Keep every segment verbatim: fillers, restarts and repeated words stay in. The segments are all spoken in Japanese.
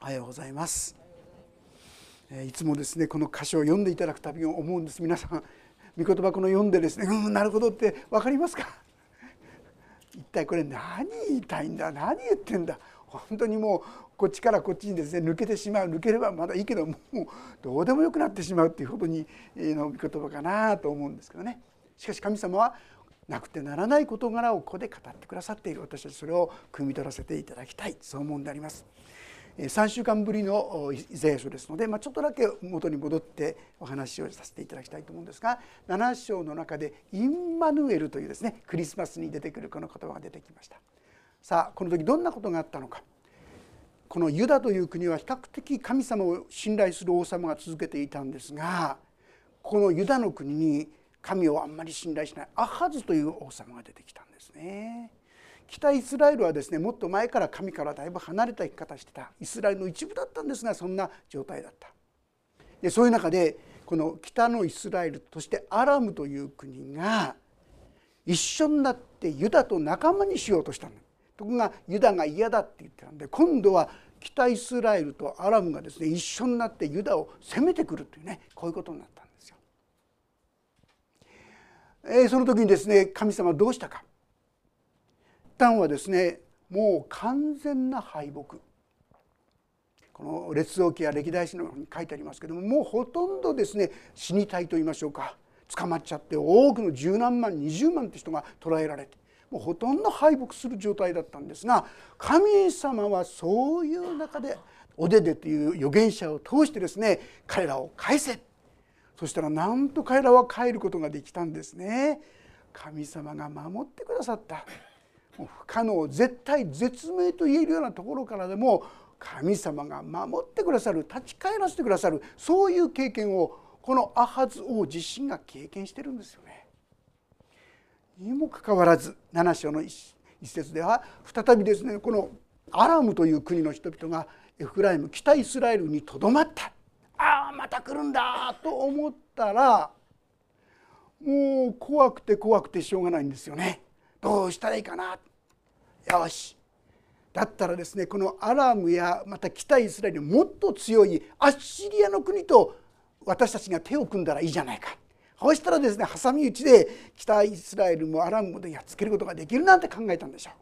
おはようございます。いつもですねこの箇所を読んでいただくたびに思うんです。皆さん御言葉この読んでですね、うんなるほどって分かりますか？一体これ何言いたいんだ、何言ってんだ。本当にもうこっちからこっちにですね抜けてしまう。抜ければまだいいけど、もうどうでもよくなってしまうっていうほどにの御言葉かなと思うんですけどね。しかし神様はなくてならない事柄をここで語ってくださっている。私たちそれを汲み取らせていただきたい、そう思うんであります。さんしゅうかんぶりのイザヤ書ですので、まあ、ちょっとだけ元に戻ってお話をさせていただきたいと思うんですが、なな章の中でインマヌエルというですねクリスマスに出てくるこの言葉が出てきました。さあこの時どんなことがあったのか。このユダという国は比較的神様を信頼する王様が続けていたんですが、このユダの国に神をあんまり信頼しないアハズという王様が出てきたんですね。北イスラエルはですねもっと前から神からだいぶ離れた生き方をしてたイスラエルの一部だったんですが、そんな状態だった。でそういう中でこの北のイスラエルとしてアラムという国が一緒になってユダと仲間にしようとしたんだ。ところがユダが嫌だって言ってたんで、今度は北イスラエルとアラムがですね一緒になってユダを攻めてくるというね、こういうことになったんですよ。えー、その時にですね神様はどうしたか。一旦はですねもう完全な敗北。この列王記や歴代史の方に書いてありますけども、もうほとんどですね死に体と言いましょうか、捕まっちゃって多くの十何万二十万って人が捕らえられて、もうほとんど敗北する状態だったんですが、神様はそういう中でオデデという預言者を通してですね彼らを返せ。そしたらなんと彼らは帰ることができたんですね。神様が守ってくださった。もう不可能、絶対絶命と言えるようなところからでも神様が守ってくださる、立ち返らせてくださる、そういう経験をこのアハズ王自身が経験してるんですよね。にもかかわらずなな章の一節では再びですねこのアラムという国の人々がエフライム北イスラエルにとどまった。ああまた来るんだと思ったらもう怖くて怖くてしょうがないんですよね。どうしたらいいかな。よしだったらですねこのアラムやまた北イスラエルにもっと強いアッシリアの国と私たちが手を組んだらいいじゃないか。そうしたらですね挟み撃ちで北イスラエルもアラムもやっつけることができるなんて考えたんでしょ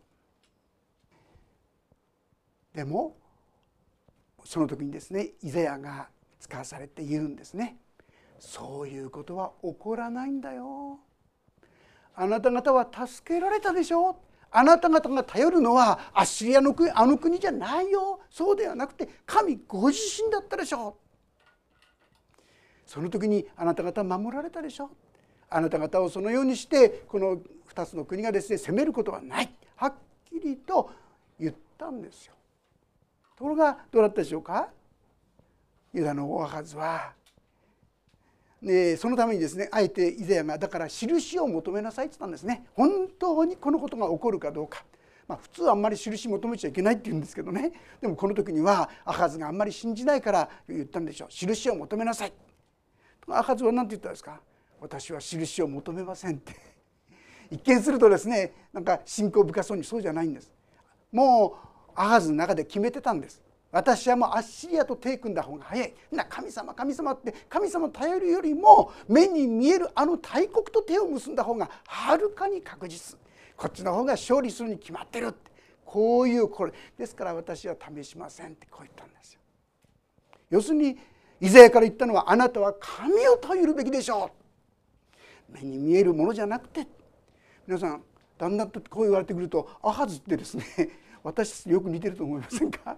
う。でもその時にですねイザヤが使わされて言うんですね。そういうことは起こらないんだよ。あなた方は助けられたでしょ。あなた方が頼るのはアッシリアの国、あの国じゃないよ。そうではなくて神ご自身だったでしょ。その時にあなた方守られたでしょ。あなた方をそのようにしてこのふたつの国がですね攻めることはない、はっきりと言ったんですよ。ところがどうだったでしょうか。ユダの王アハズはでそのためにですねあえてイザヤがだから印を求めなさいって言ったんですね。本当にこのことが起こるかどうか、まあ、普通はあんまり印求めちゃいけないって言うんですけどね。でもこの時にはアハズがあんまり信じないから言ったんでしょう。印を求めなさい。アハズは何て言ったんですか。私は印を求めませんって一見するとですねなんか信仰深そうにそうじゃないんです。もうアハズの中で決めてたんです。私はもうアッシリアと手組んだ方が早い。な神様神様って神様頼るよりも目に見えるあの大国と手を結んだ方がはるかに確実。こっちの方が勝利するに決まってるって、こういうこれですから私は試しませんってこう言ったんですよ。要するにイザヤから言ったのはあなたは神を頼るべきでしょう。目に見えるものじゃなくて。皆さんだんだんとこう言われてくるとアハズってですね私たちよく似てると思いませんか。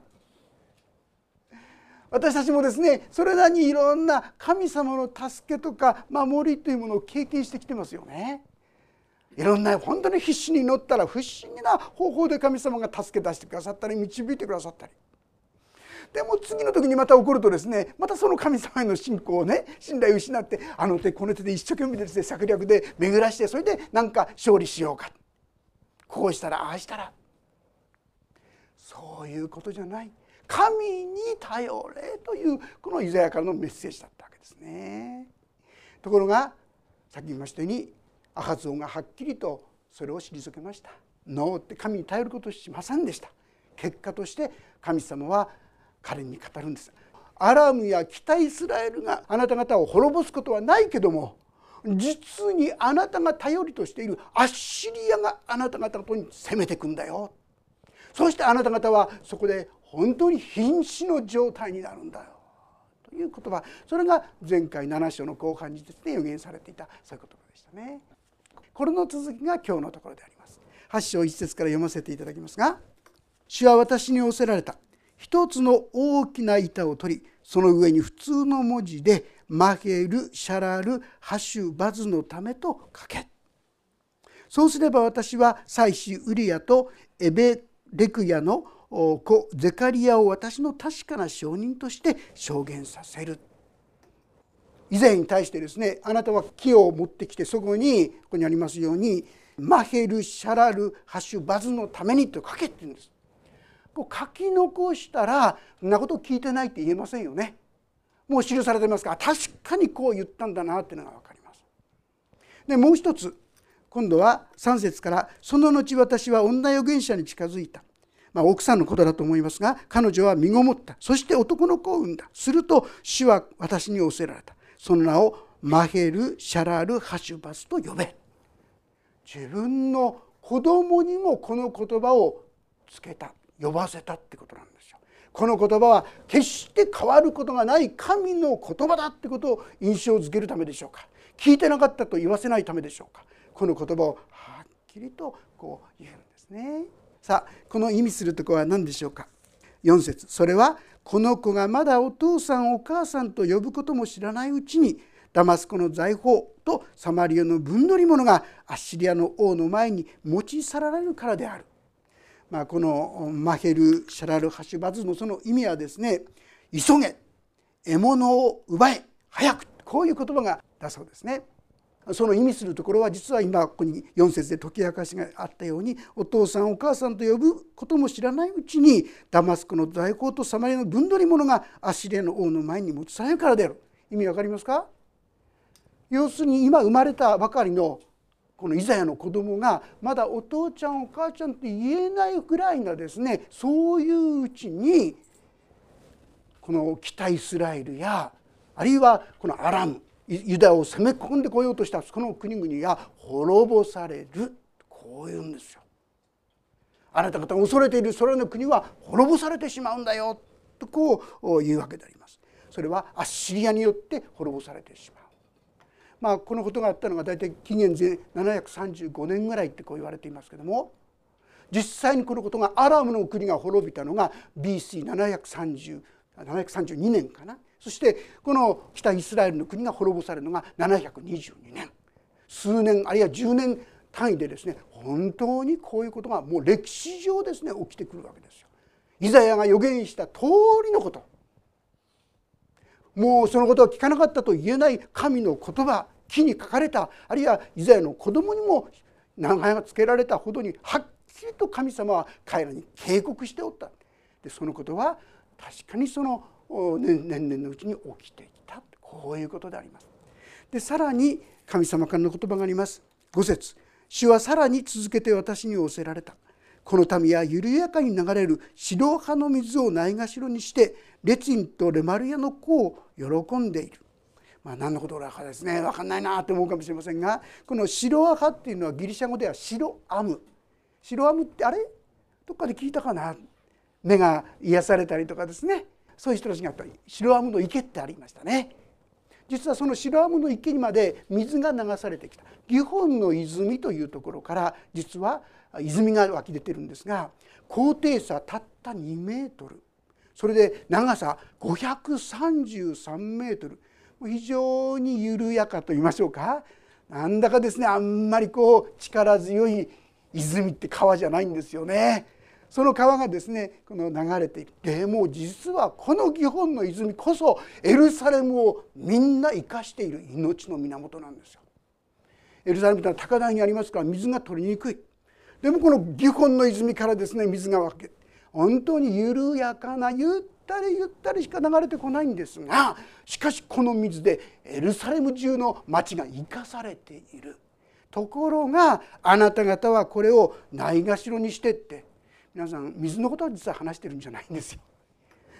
私たちもですねそれなりにいろんな神様の助けとか守りというものを経験してきてますよね。いろんな本当に必死に祈ったら不思議な方法で神様が助け出してくださったり導いてくださったり、でも次の時にまた起こるとですねまたその神様への信仰をね信頼を失ってあの手この手で一生懸命ですね策略で巡らしてそれでなんか勝利しようか、こうしたらああしたら、そういうことじゃない。神に頼れというこのイザヤからのメッセージだったわけですね。ところがさっき言いましたようにアハズ王がはっきりとそれを退けました。ノーって神に頼ることをしませんでした。結果として神様は彼に語るんです。アラムや北イスラエルがあなた方を滅ぼすことはないけども、実にあなたが頼りとしているアッシリアがあなた方に攻めてくんだよ。そしてあなた方はそこで本当に瀕死の状態になるんだよという言葉、それが前回なな章の後半にですね予言されていた、そういう言葉でしたね。これの続きが今日のところであります。はち章いち節から読ませていただきますが、主は私に仰せられた。一つの大きな板を取り、その上に普通の文字でマヘル、シャラル、ハシュ、バズのためと書け。そうすれば私は祭司ウリヤとエベレクヤの子ゼカリヤを私の確かな証人として証言させる。以前に対してですね、あなたは木を持ってきて、そこにここにありますようにマヘル、シャラル、ハシュ、バズのためにと書けって言うんです。こう書き残したらそんなことを聞いてないって言えませんよね。もう記されてますから、確かにこう言ったんだなっていうのが分かります。でもう一つ、今度はさん節から、その後私は女預言者に近づいた。まあ、奥さんのことだと思いますが、彼女は身ごもった。そして男の子を産んだ。すると主は私に仰せられた。その名をマヘル、シャラル、ハシュバスと呼べ。自分の子供にもこの言葉をつけた、呼ばせたってことなんですよ。この言葉は決して変わることがない神の言葉だってことを印象づけるためでしょうか。聞いてなかったと言わせないためでしょうか。この言葉をはっきりとこう言うんですね。さあ、この意味するところは何でしょうか。よん節、それはこの子がまだお父さんお母さんと呼ぶことも知らないうちに、ダマスコの財宝とサマリアの分取り物がアッシリアの王の前に持ち去られるからである。まあ、このマヘル、シャラル、ハシュバズのその意味はですね、急げ、獲物を奪え、早く、こういう言葉がだそうですね。その意味するところは、実は今ここによん節で解き明かしがあったように、お父さんお母さんと呼ぶことも知らないうちにダマスコの財宝とサマリアの分取り物がアッシリアの王の前に持ち去られるからである。意味わかりますか。要するに今生まれたばかりのこのイザヤの子供がまだお父ちゃんお母ちゃんって言えないぐらいなですね、そういううちにこの北イスラエルやあるいはこのアラム、ユダを攻め込んでこようとしたこの国々が滅ぼされる、こういうんですよ。あなた方が恐れているそれらの国は滅ぼされてしまうんだよとこう言うわけであります。それはアッシリアによって滅ぼされてしまう。まあ、このことがあったのが大体紀元前ななひゃくさんじゅうごねんぐらいってこう言われていますけども、実際にこのことがアラムの国が滅びたのが ビーシーななひゃくさんじゅうにねんかな。そしてこの北イスラエルの国が滅ぼされるのがななひゃくにじゅうにねん、数年あるいはじゅうねん単位でですね、本当にこういうことがもう歴史上ですね起きてくるわけですよ。イザヤが予言した通りのこと、もうそのことは聞かなかったと言えない神の言葉、木に書かれた、あるいはイザヤの子供にも名前が付けられたほどにはっきりと神様は彼らに警告しておった。でそのことは確かにその年々のうちに起きていた、こういうことであります。でさらに神様からの言葉があります。ご節、主はさらに続けて私に仰せられた。この民は緩やかに流れるシロハの水をないがしろにしてレツィンとレマルヤの子を喜んでいる。まあ、何のことだかですね分かんないなと思うかもしれませんが、このシロアハっていうのはギリシャ語ではシロアム。シロアムってあれどっかで聞いたかな。目が癒されたりとかですね、そういう人たちがやっぱりシロアムの池ってありましたね。実はそのシロアムの池にまで水が流されてきたギホンの泉というところから実は泉が湧き出てるんですが、高低差たったにメートル、それで長さごひゃくさんじゅうさんメートル、非常に緩やかと言いましょうか、なんだかですねあんまりこう力強い泉って川じゃないんですよね。その川がですねこの流れている。でも実はこのギホンの泉こそエルサレムをみんな生かしている命の源なんですよ。エルサレムというのは高台にありますから水が取りにくい。でもこのギホンの泉からですね水が湧け、本当に緩やかなゆったりゆったりしか流れてこないんですが、しかしこの水でエルサレム中の町が生かされている。ところがあなた方はこれをないがしろにしてって、皆さん水のことを実は話してるんじゃないんですよ。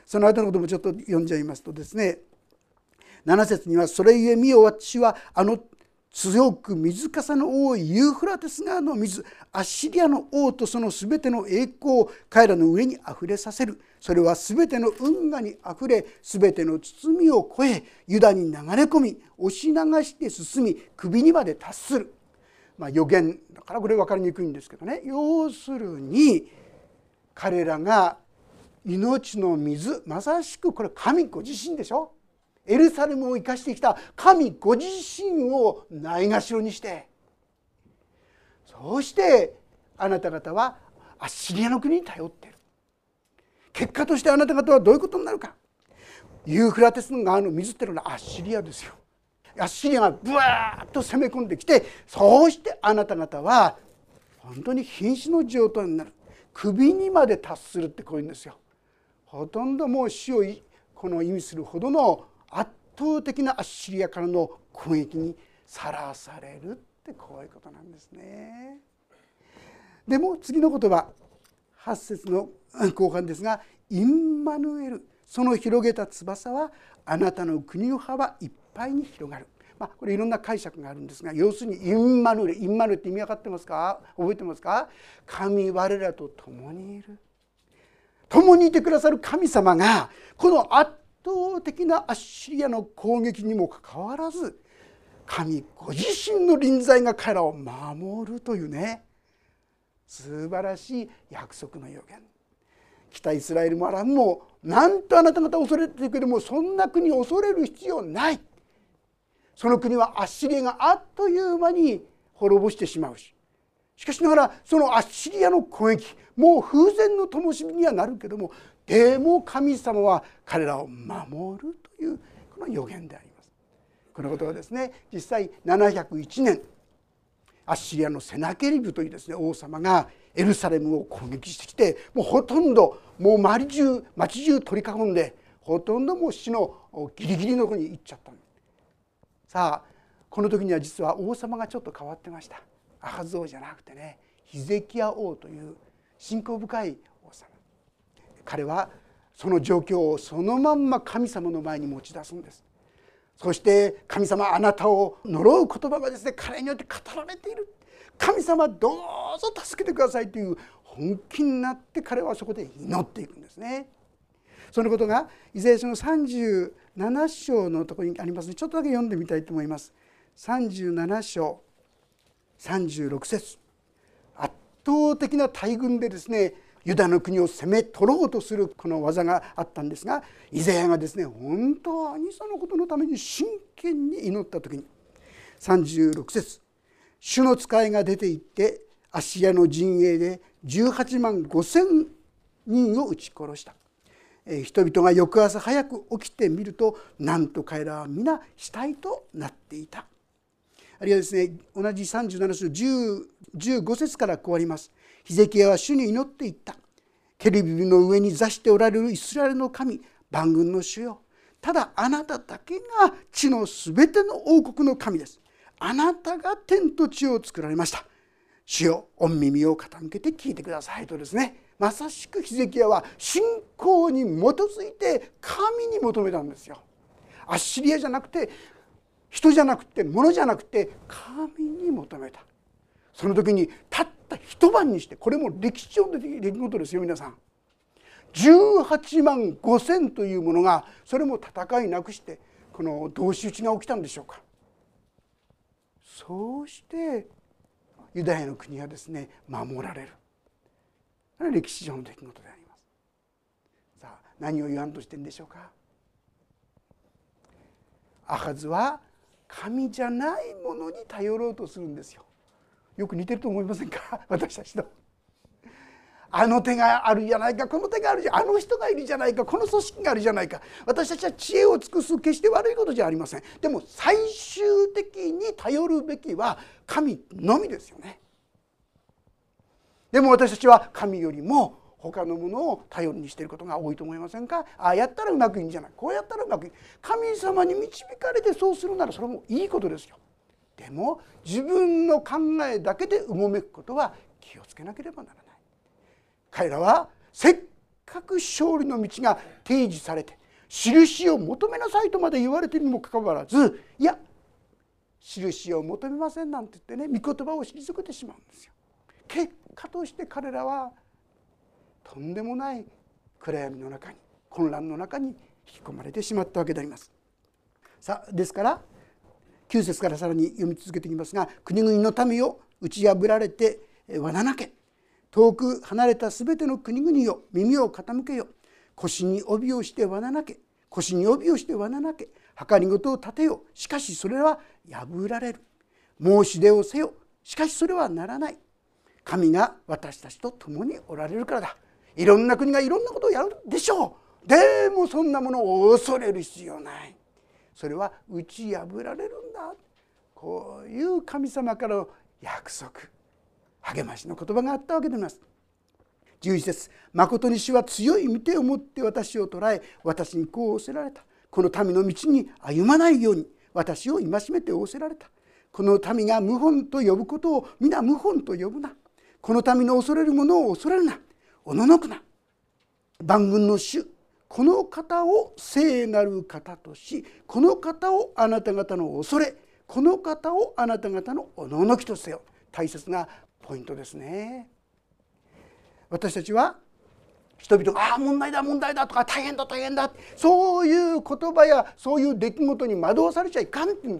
その後のこともちょっと読んじゃいますとですね、なな節には、それゆえ見よ、私はあの強く水かさの多いユーフラテス川の水、アッシリアの王とそのすべての栄光を彼らの上にあふれさせる。それはすべての運河にあふれ、すべての包みを越え、ユダに流れ込み、押し流して進み、首にまで達する。まあ予言だからこれ分かりにくいんですけどね、要するに彼らが命の水、まさしくこれ神ご自身でしょ。エルサレムを生かしてきた神ご自身をないがしろにして、そうしてあなた方はアッシリアの国に頼っている。結果としてあなた方はどういうことになるか。ユーフラテスの川の水っていうのはアッシリアですよ。アッシリアがブワーッと攻め込んできて、そうしてあなた方は本当に瀕死の状態になる。首にまで達するってこういうんですよ。ほとんどもう死をこの意味するほどの圧倒的なアッシリアからの攻撃にさらされるってこういうことなんですね。でも次の言葉、はち節の後半ですが、インマヌエル、その広げた翼はあなたの国の幅いっぱいに広がる。まあ、これいろんな解釈があるんですが、要するにインマヌエル、インマヌエルって意味分かってますか？覚えてますか？神我らと共にいる、共にいてくださる神様がこの圧倒的なアッシリアの攻撃にもかかわらず、神ご自身の臨在が彼らを守るというね、素晴らしい約束の予言。北イスラエルもアラムも、なんとあなた方恐れているけども、そんな国を恐れる必要ない。その国はアッシリアがあっという間に滅ぼしてしまうし、しかしながらそのアッシリアの攻撃、もう風前の灯火にはなるけども、でも神様は彼らを守るというこの予言であります。このことはですね、実際ななひゃくいちねん、アッシリアのセナケリブというですね王様がエルサレムを攻撃してきて、もうほとんどもう周り中町中取り囲んで、ほとんどもう死のギリギリのところに行っちゃったの。さあこの時には実は王様がちょっと変わってました。アハズ王じゃなくてね、ヒゼキヤ王という信仰深い王様。彼はその状況をそのまんま神様の前に持ち出すんです。そして神様、あなたを呪う言葉がですね彼によって語られている。神様どうぞ助けてくださいという本気になって彼はそこで祈っていくんですね。そのことがイザヤ書のさんじゅうなな章のところにありますので、ちょっとだけ読んでみたいと思います。さんじゅうなな章さんじゅうろく節、圧倒的な大軍でですねユダの国を攻め取ろうとするこの技があったんですが、イザヤがですね本当にそのことのために真剣に祈った時に、さんじゅうろく節、主の使いが出て行ってアッシリアの陣営でじゅうはちまんごせんにんを撃ち殺した。人々が翌朝早く起きてみると、なんと彼らは皆死体となっていた。あるいはですね、同じさんじゅうなな章じゅう、じゅうご節からこうあります。ヒゼキヤは主に祈っていった。ケルビムの上に座しておられるイスラエルの神、万軍の主よ、ただあなただけが地のすべての王国の神です。あなたが天と地を作られました。主よ、御耳を傾けて聞いてくださいとですね、まさしくヒゼキヤは信仰に基づいて神に求めたんですよ。アッシリアじゃなくて、人じゃなくて、物じゃなくて神に求めた。その時にたった一晩にして、これも歴史上の出来事ですよ皆さん。じゅうはちまんごせんというものが、それも戦いなくしてこの同士討ちが起きたんでしょうか。そうしてユダヤの国はですね守られる。歴史上の出来事であります。さあ何を言わんとしてんでしょうか。アハズは神じゃないものに頼ろうとするんですよ。よく似てると思いませんか、私たちと。あの手があるじゃないか、この手があるじゃないか、あの人がいるじゃないか、この組織があるじゃないか。私たちは知恵を尽くす、決して悪いことじゃありません。でも最終的に頼るべきは神のみですよね。でも私たちは神よりも他のものを頼りにしていることが多いと思いませんか。ああやったらうまくいいんじゃない、こうやったらうまくいい。神様に導かれてそうするならそれもいいことですよ。でも自分の考えだけでうごめくことは気をつけなければならない。彼らはせっかく勝利の道が提示されて、印を求めなさいとまで言われているにもかかわらず、いや印を求めませんなんて言ってね、御言葉を退けてしまうんですよ。結果として彼らはとんでもない暗闇の中に、混乱の中に引き込まれてしまったわけであります。さあですからきゅう節からさらに読み続けていきますが、国々の民を打ち破られて罠なけ、遠く離れたすべての国々よ耳を傾けよ、腰に帯をして罠なけ、腰に帯をして罠なけ、計りごとを立てよ、しかしそれは破られる。申し出をせよ、しかしそれはならない。神が私たちと共におられるからだ。いろんな国がいろんなことをやるでしょう。でもそんなものを恐れる必要ない。それは打ち破られるんだ。こういう神様からの約束、励ましの言葉があったわけであります。じゅういち節、誠に主は強い御手を持って私を捉え、私にこう仰せられた。この民の道に歩まないように私を戒めて仰せられた。この民が謀反と呼ぶことを皆謀反と呼ぶな。この民の恐れるものを恐れるな。おののくな。万軍の主、この方を聖なる方とし、この方をあなた方の恐れ、この方をあなた方のおののきとせよ。大切なポイントですね。私たちは人々が「ああ問題だ問題だ」とか「大変だ大変だ」そういう言葉やそういう出来事に惑わされちゃいかんって言うんです。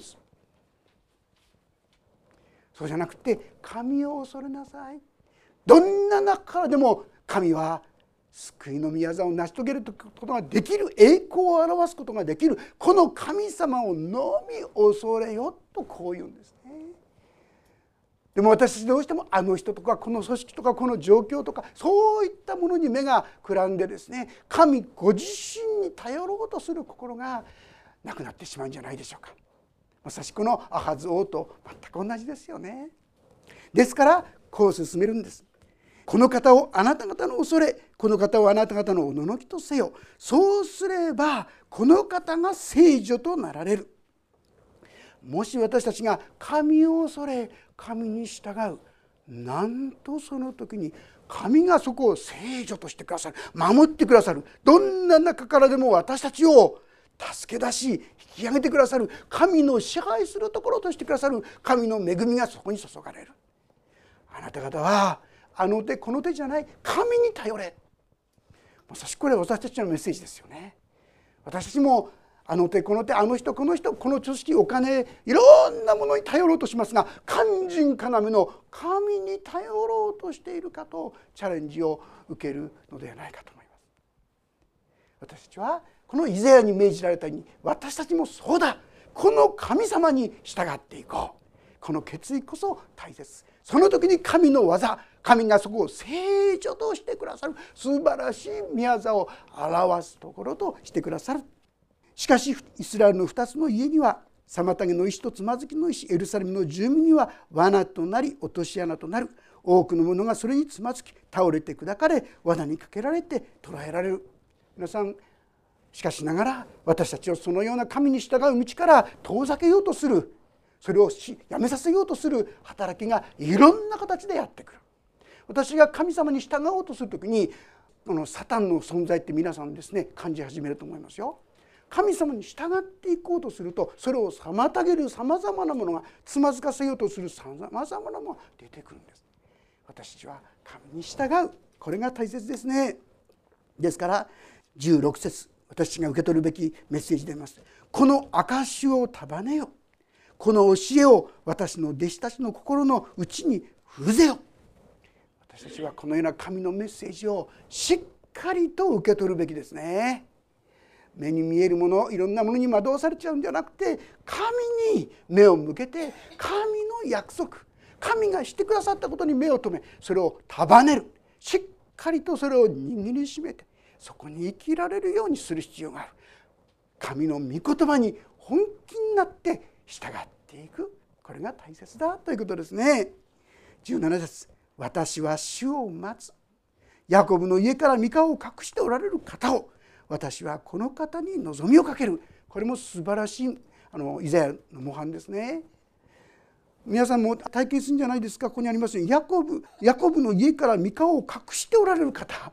そうじゃなくて、神を恐れなさい。どんな中からでも神は救いの御業を成し遂げることができる、栄光を表すことができる、この神様をのみ恐れよとこう言うんですね。でも私たちどうしてもあの人とかこの組織とかこの状況とかそういったものに目がくらんでですね、神ご自身に頼ろうとする心がなくなってしまうんじゃないでしょうか。まさしくこのアハズ王と全く同じですよね。ですからこう進めるんです。この方をあなた方の恐れ、この方をあなた方のおののきとせよ。そうすればこの方が聖女となられる。もし私たちが神を恐れ神に従う、なんとその時に神がそこを聖女としてくださる、守ってくださる。どんな中からでも私たちを助け出し引き上げてくださる、神の支配するところとしてくださる神の恵みがそこに注がれる。あなた方はあの手この手じゃない、神に頼れ。まさしくこれは私たちのメッセージですよね。私たちもあの手この手、あの人この人、この知識お金いろんなものに頼ろうとしますが、肝心要の神に頼ろうとしているかとチャレンジを受けるのではないかと思います。私たちはこのイザヤに命じられたように、私たちもそうだ、この神様に従っていこう。この決意こそ大切。その時に神の技、神がそこを聖女としてくださる、素晴らしい宮業を表すところとしてくださる。しかしイスラエルの二つの家には妨げの石とつまずきの石、エルサレムの住民には罠となり落とし穴となる。多くの者がそれにつまずき倒れて砕かれ、罠にかけられて捕らえられる。皆さん、しかしながら私たちをそのような神に従う道から遠ざけようとする、それをやめさせようとする働きがいろんな形でやってくる。私が神様に従おうとするときに、このサタンの存在って皆さんですね感じ始めると思いますよ。神様に従っていこうとすると、それを妨げるさまざまなものが、つまずかせようとするさまざまなものが出てくるんです。私たちは神に従う、これが大切ですね。ですからじゅうろく節、私たちが受け取るべきメッセージであります。この証を束ねよ、この教えを私の弟子たちの心の内に封ぜよ。私たちはこのような神のメッセージをしっかりと受け取るべきですね。目に見えるもの、いろんなものに惑わされちゃうんじゃなくて、神に目を向けて、神の約束、神がしてくださったことに目を留め、それを束ねる、しっかりとそれを握りしめて、そこに生きられるようにする必要がある。神の御言葉に本気になって従っていく、これが大切だということですね。じゅうなな節、私は主を待つ。ヤコブの家から御顔を隠しておられる方を、私はこの方に望みをかける。これも素晴らしいあのイザヤの模範ですね。皆さんも体験するんじゃないですか。ここにありますように、ヤコブヤコブの家から御顔を隠しておられる方、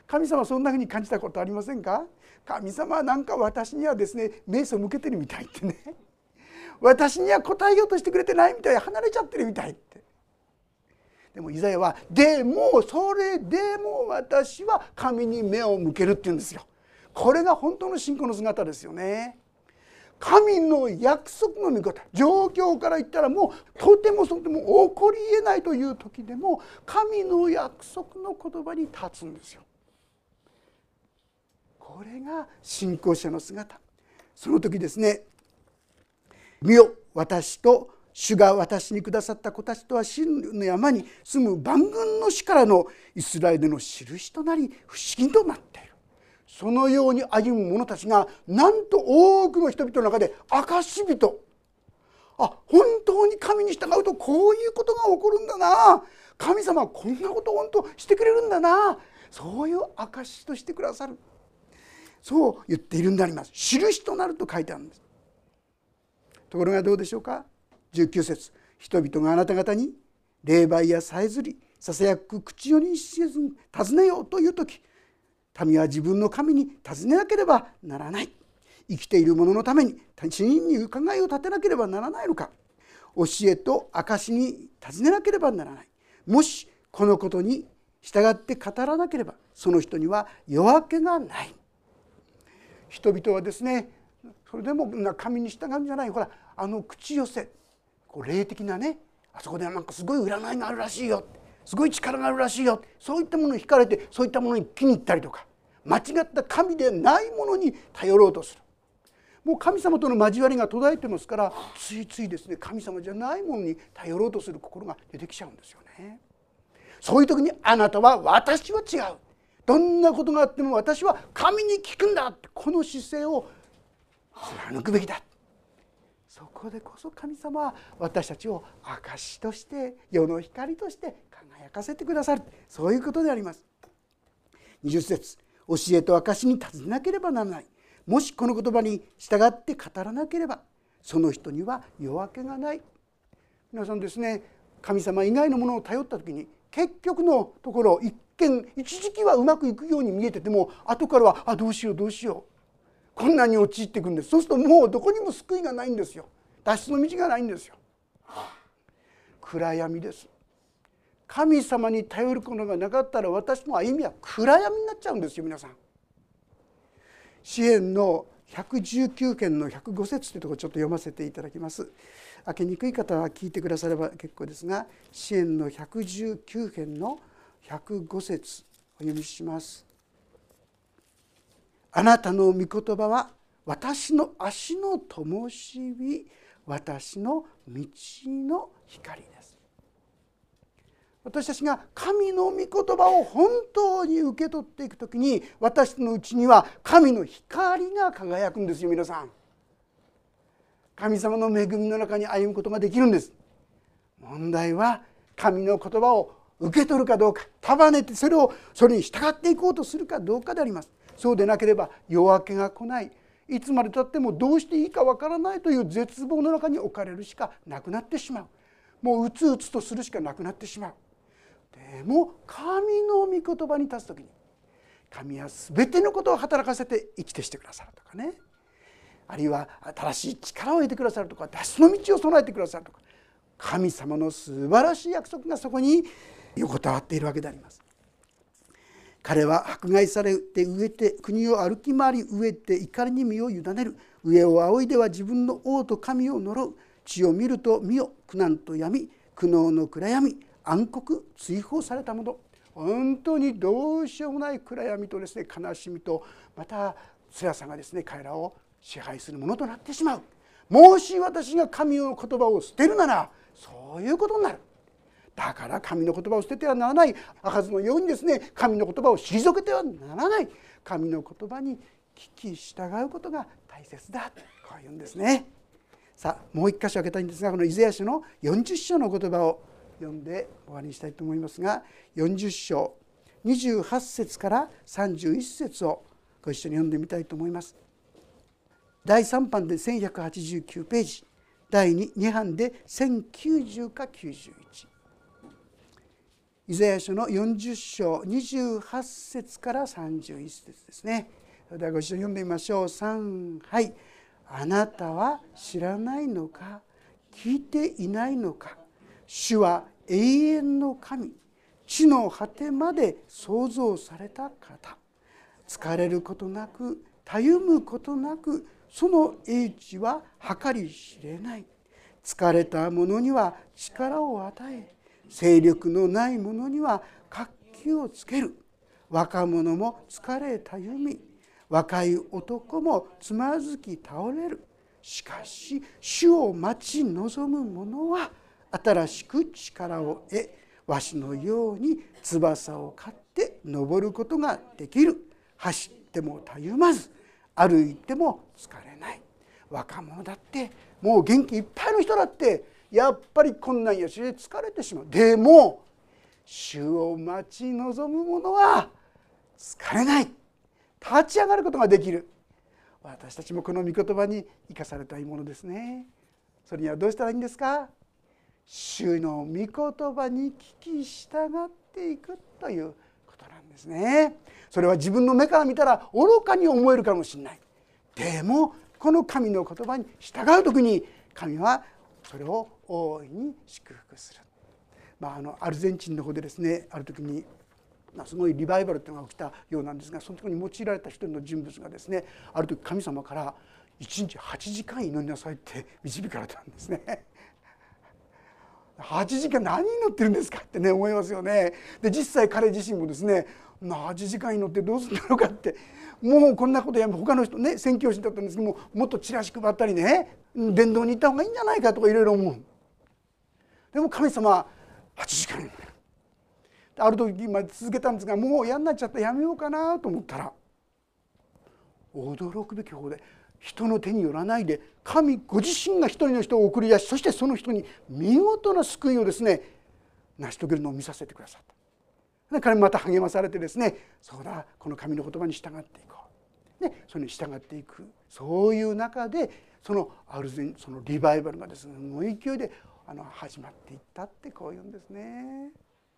神様はそんなふうに感じたことありませんか？神様はなんか私にはですね目背向けてるみたいってね、私には答えようとしてくれてないみたい、離れちゃってるみたいって。でもイザヤはでもそれでも私は神に目を向けるって言うんですよ。これが本当の信仰の姿ですよね。神の約束の御事、状況から言ったらもうとてもとても起こりえないという時でも神の約束の言葉に立つんですよ。これが信仰者の姿。その時ですね、見よ私と主が私にくださった子たちとはシンの山に住む万軍の主からのイスラエルの印となり不思議となっている。そのように歩む者たちがなんと多くの人々の中で証人、あ、本当に神に従うとこういうことが起こるんだな、神様はこんなことを本当してくれるんだな、そういう証としてくださる、そう言っているんであります。印となると書いてあるんです。ところがどうでしょうか。じゅうきゅう節、人々があなた方に霊媒やさえずりささやく口よにせず尋ねようという時、民は自分の神に尋ねなければならない。生きている者のために死人に伺いを立てなければならないのか。教えと証に尋ねなければならない。もしこのことに従って語らなければその人には夜明けがない。人々はですね、それでも神に従うんじゃない、ほらあの口寄せ、こう霊的なね、あそこではなんかすごい占いがあるらしいよ、すごい力があるらしいよ、そういったものに惹かれてそういったものに気に入ったりとか、間違った神でないものに頼ろうとする。もう神様との交わりが途絶えてますから、ついついですね神様じゃないものに頼ろうとする心が出てきちゃうんですよね。そういう時にあなたは私は違う、どんなことがあっても私は神に聞くんだって、この姿勢を貫くべきだ。そこでこそ神様は私たちを証として世の光として輝かせてくださる、そういうことであります。にじゅう節、教えと証に尋ねなければならない。もしこの言葉に従って語らなければその人には夜明けがない。皆さんですね、神様以外のものを頼った時に結局のところ一見一時期はうまくいくように見えてても、後からはあどうしようどうしよう、こんなに陥っていくんです。そうするともうどこにも救いがないんですよ。脱出の道がないんですよ。暗闇です。神様に頼ることがなかったら私の歩みは暗闇になっちゃうんですよ。皆さん、詩編のひゃくじゅうきゅう編のひゃくご節というところをちょっと読ませていただきます。開けにくい方は聞いてくだされば結構ですが、詩編のひゃくじゅうきゅう編のひゃくご節お読みします。あなたの御言葉は私の足の灯火、私の道の光です。私たちが神の御言葉を本当に受け取っていくときに、私のうちには神の光が輝くんですよ。皆さん、神様の恵みの中に歩むことができるんです。問題は神の言葉を受け取るかどうか、束ねてそれをそれに従っていこうとするかどうかであります。そうでなければ夜明けが来ない、いつまでたってもどうしていいかわからないという絶望の中に置かれるしかなくなってしまう。もううつうつとするしかなくなってしまう。でも神の御言葉に立つときに、神は全てのことを働かせて生きてしてくださるとかね、あるいは新しい力を得てくださるとか、脱出の道を備えてくださるとか、神様の素晴らしい約束がそこに横たわっているわけであります。彼は迫害されて飢えて、国を歩き回り飢えて怒りに身を委ねる。上を仰いでは自分の王と神を呪う。地を見ると見よ、苦難と闇、苦悩の暗闇、暗黒、追放されたもの。本当にどうしようもない暗闇とですね、悲しみとまた辛さがですね、彼らを支配するものとなってしまう。もし私が神の言葉を捨てるならそういうことになる。だから神の言葉を捨ててはならない。あかずのようにですね、神の言葉を退けてはならない。神の言葉に聞き従うことが大切だ、こう言うんですね。さあ、もう一箇所開けたいんですが、このイザヤ書のよんじゅっ章の言葉を読んで終わりにしたいと思いますが、よんじゅっ章にじゅうはち節からさんじゅういち節をご一緒に読んでみたいと思います。だいさん版でせんひゃくはちじゅうきゅうページ、だいに版でせんきゅうじゅうかきゅうじゅういち。 イザヤ書のよんじゅっ章にじゅうはち節からさんじゅういち節ですね。それではご一緒に読んでみましょう。さん、はい。あなたは知らないのか、聞いていないのか。主は永遠の神、地の果てまで創造された方。疲れることなく、たゆむことなく、その英知は計り知れない。疲れた者には力を与え、勢力のない者には活気をつける。若者も疲れたゆみ、若い男もつまずき倒れる。しかし主を待ち望む者は新しく力を得、わしのように翼を刈って登ることができる。走ってもたゆまず、歩いても疲れない。若者だって、もう元気いっぱいの人だってやっぱり困難やしで疲れてしまう。でも主を待ち望む者は疲れない。立ち上がることができる。私たちもこの御言葉に生かされたいものですね。それにはどうしたらいいんですか。主の御言葉に聞き従っていくということなんですね。それは自分の目から見たら愚かに思えるかもしれない。でもこの神の言葉に従うときに神はそれを大いに祝福する。まあ、あのアルゼンチンの方でですね、ある時にすごいリバイバルというのが起きたようなんですが、その時に用いられた一人の人物がですね、ある時神様からいちにちはちじかん祈りなさいって導かれたんですね。はちじかん何祈ってるんですかってね思いますよね。で実際彼自身もですね、はちじかん祈ってどうするんだろうかって、もうこんなことやめ他の人ね、宣教師だったんですけども、もっとチラシ配ったりね、伝道に行った方がいいんじゃないかとかいろいろ思う。でも神様ははちじかん祈る。ある時まで続けたんですが、もう嫌になっちゃってやめようかなと思ったら、驚くべき方法で人の手によらないで神ご自身が一人の人を送り出し、そしてその人に見事な救いをですね成し遂げるのを見させてくださった。彼もまた励まされてですね、そうだ、この神の言葉に従っていこう、ね、それに従っていく。そういう中でそのアルゼンそのリバイバルがですね、すごい勢いであの始まっていったって、こういうんですね。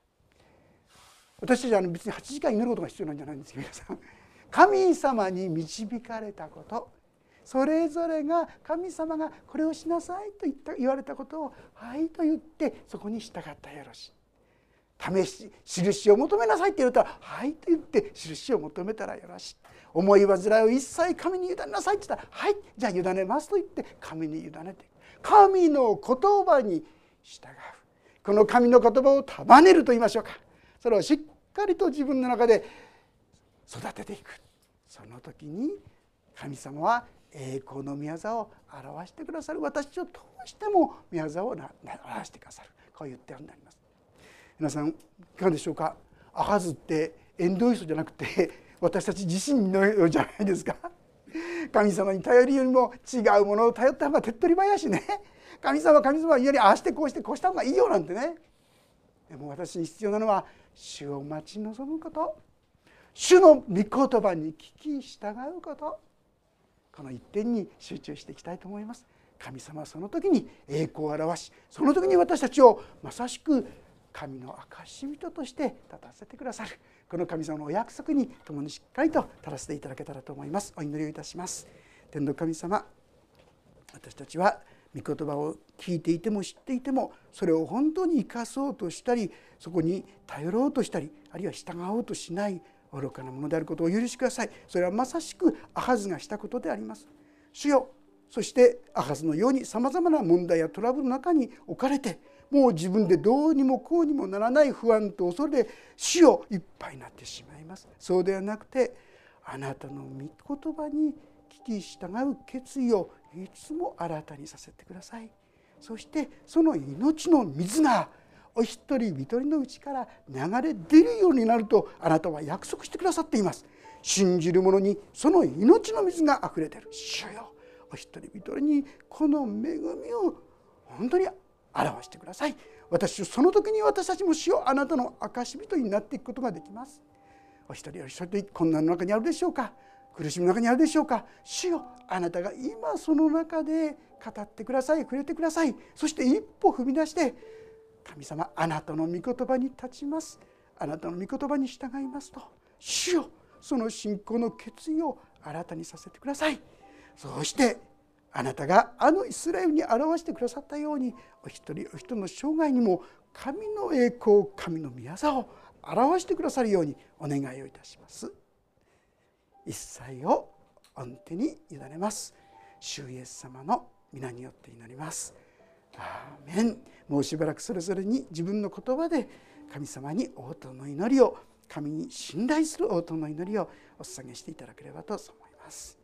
私たちはあの別にはちじかん祈ることが必要なんじゃないんですよ。皆さん、神様に導かれたこと、それぞれが神様がこれをしなさいと言った言われたことをはいと言ってそこに従ったらよろしい。試し印を求めなさいって言ったらはいと言って印を求めたらよろしい。思い煩いを一切神に委ねなさいって言ったらはい、じゃあ委ねますと言って神に委ねていく。神の言葉に従う。この神の言葉を束ねると言いましょうか。それをしっかりと自分の中で育てていく。その時に神様は栄光の御業を表してくださる。私を通しても御業を表してくださる。こういう点になります。皆さんいかがでしょうか。アハズってエンドイストじゃなくて私たち自身のようじゃないですか。神様に頼るよりも違うものを頼った方が手っ取り早いしね。神様神様よりああしてこうしてこうした方がいいよなんてね。でも私に必要なのは主を待ち望むこと、主の御言葉に聞き従うこと、この一点に集中していきたいと思います。神様はその時に栄光を表し、その時に私たちをまさしく神の証人として立たせてくださる。この神様のお約束に共にしっかりと立たせていただけたらと思います。お祈りをいたします。天の神様、私たちは御言葉を聞いていても知っていても、それを本当に生かそうとしたり、そこに頼ろうとしたり、あるいは従おうとしない愚かなものであることをお許しください。それはまさしくアハズがしたことであります。主よ、そしてアハズのようにさまざまな問題やトラブルの中に置かれて、もう自分でどうにもこうにもならない不安と恐れで主よいっぱいになってしまいます。そうではなくて、あなたの御言葉に聞き従う決意をいつも新たにさせてください。そしてその命の水がお一人一人のうちから流れ出るようになるとあなたは約束してくださっています。信じる者にその命の水があふれている。主よ、お一人一人にこの恵みを本当に表してください。私その時に私たちも主よ、あなたの証人になっていくことができます。お一人お一人困難の中にあるでしょうか、苦しみの中にあるでしょうか。主よ、あなたが今その中で語ってください、触れてください。そして一歩踏み出して神様、あなたの御言葉に立ちます、あなたの御言葉に従いますと、主よ、その信仰の決意を新たにさせてください。そうしてあなたがあのイスラエルに表してくださったように、お一人お一人の生涯にも神の栄光、神の御業を表してくださるようにお願いをいたします。一切を御手に委ねます。主イエス様の皆によって祈ります。アーメン。もうしばらくそれぞれに自分の言葉で神様に応答の祈りを、神に信頼する応答の祈りをお捧げしていただければと思います。